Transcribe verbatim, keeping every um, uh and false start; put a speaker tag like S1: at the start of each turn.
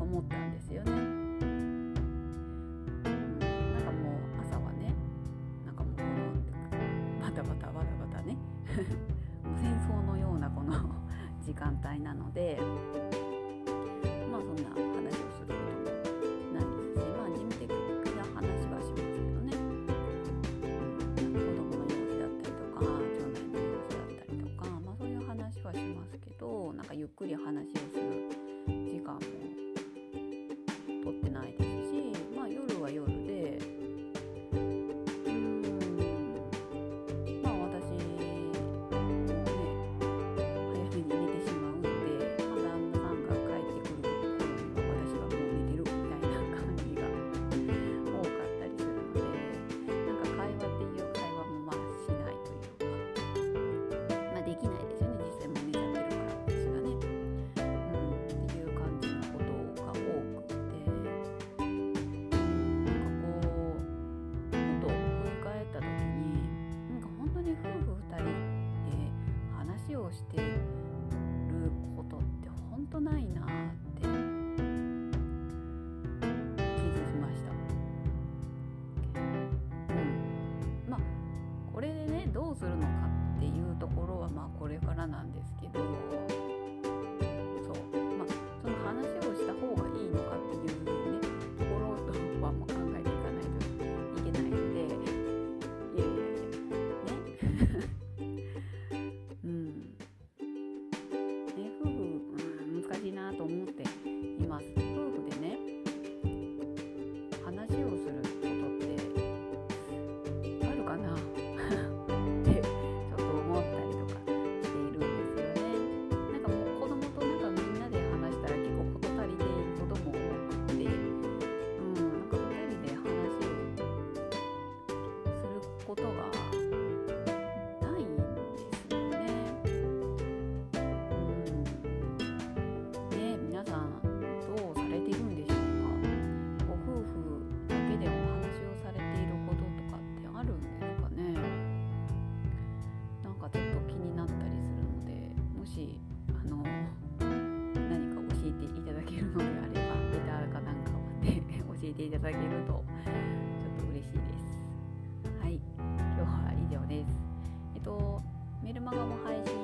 S1: 思ったんですよね。うん、なんかもう朝はね、なんかもうこのバタバタバタバタねもう戦争のようなこの時間帯なので、まあそんな話をすることもないですし、まあ事務的な話はしますけどね、うん、子供の様子だったりとか町内の様子だったりとか、まあそういう話はしますけど、なんかゆっくり話をする時間も取ってないですし、まあ夜は夜で、うーんまあ私もね早めに寝てしまうんで、まあ、旦那さんが帰ってくる頃には私はもう寝てるみたいな感じが多かったりするので、なんか会話っていう会話もまあしないというか、まあできないですよね、実際もう寝ちゃってるから私がね、うん、っていう感じのことが多くて、なんかこうふと振り返った時に、なんか本当に夫婦二人で話をしてることって本当ないなって気づきました。うん、まあこれでねどうするのかっていうところはまあこれからなんですけど、そうまあその話をした方がいいのかっていうねところはもう考えていかないといけないので、いやいやいやねうんね夫婦、うん、難しいなと思っています。夫婦でね話をすることってあるかなってちょっと思ったりとかしているんですよね。なんかもう子供となんかみんなで話したら結構事足りていることも多くて、うん、なんかふたりで話をすることがないんですよね。うんね、皆さんどうされているんでしょうか。ご夫婦だけでお話をされていることとかってあるんですかね。なんかちょっと気になったりするので、もしあの何か教えていただけるのであれば、レターかなんかで教えていただけるとちょっと嬉しいです。はい、今日は以上です。えっとメルマガも配信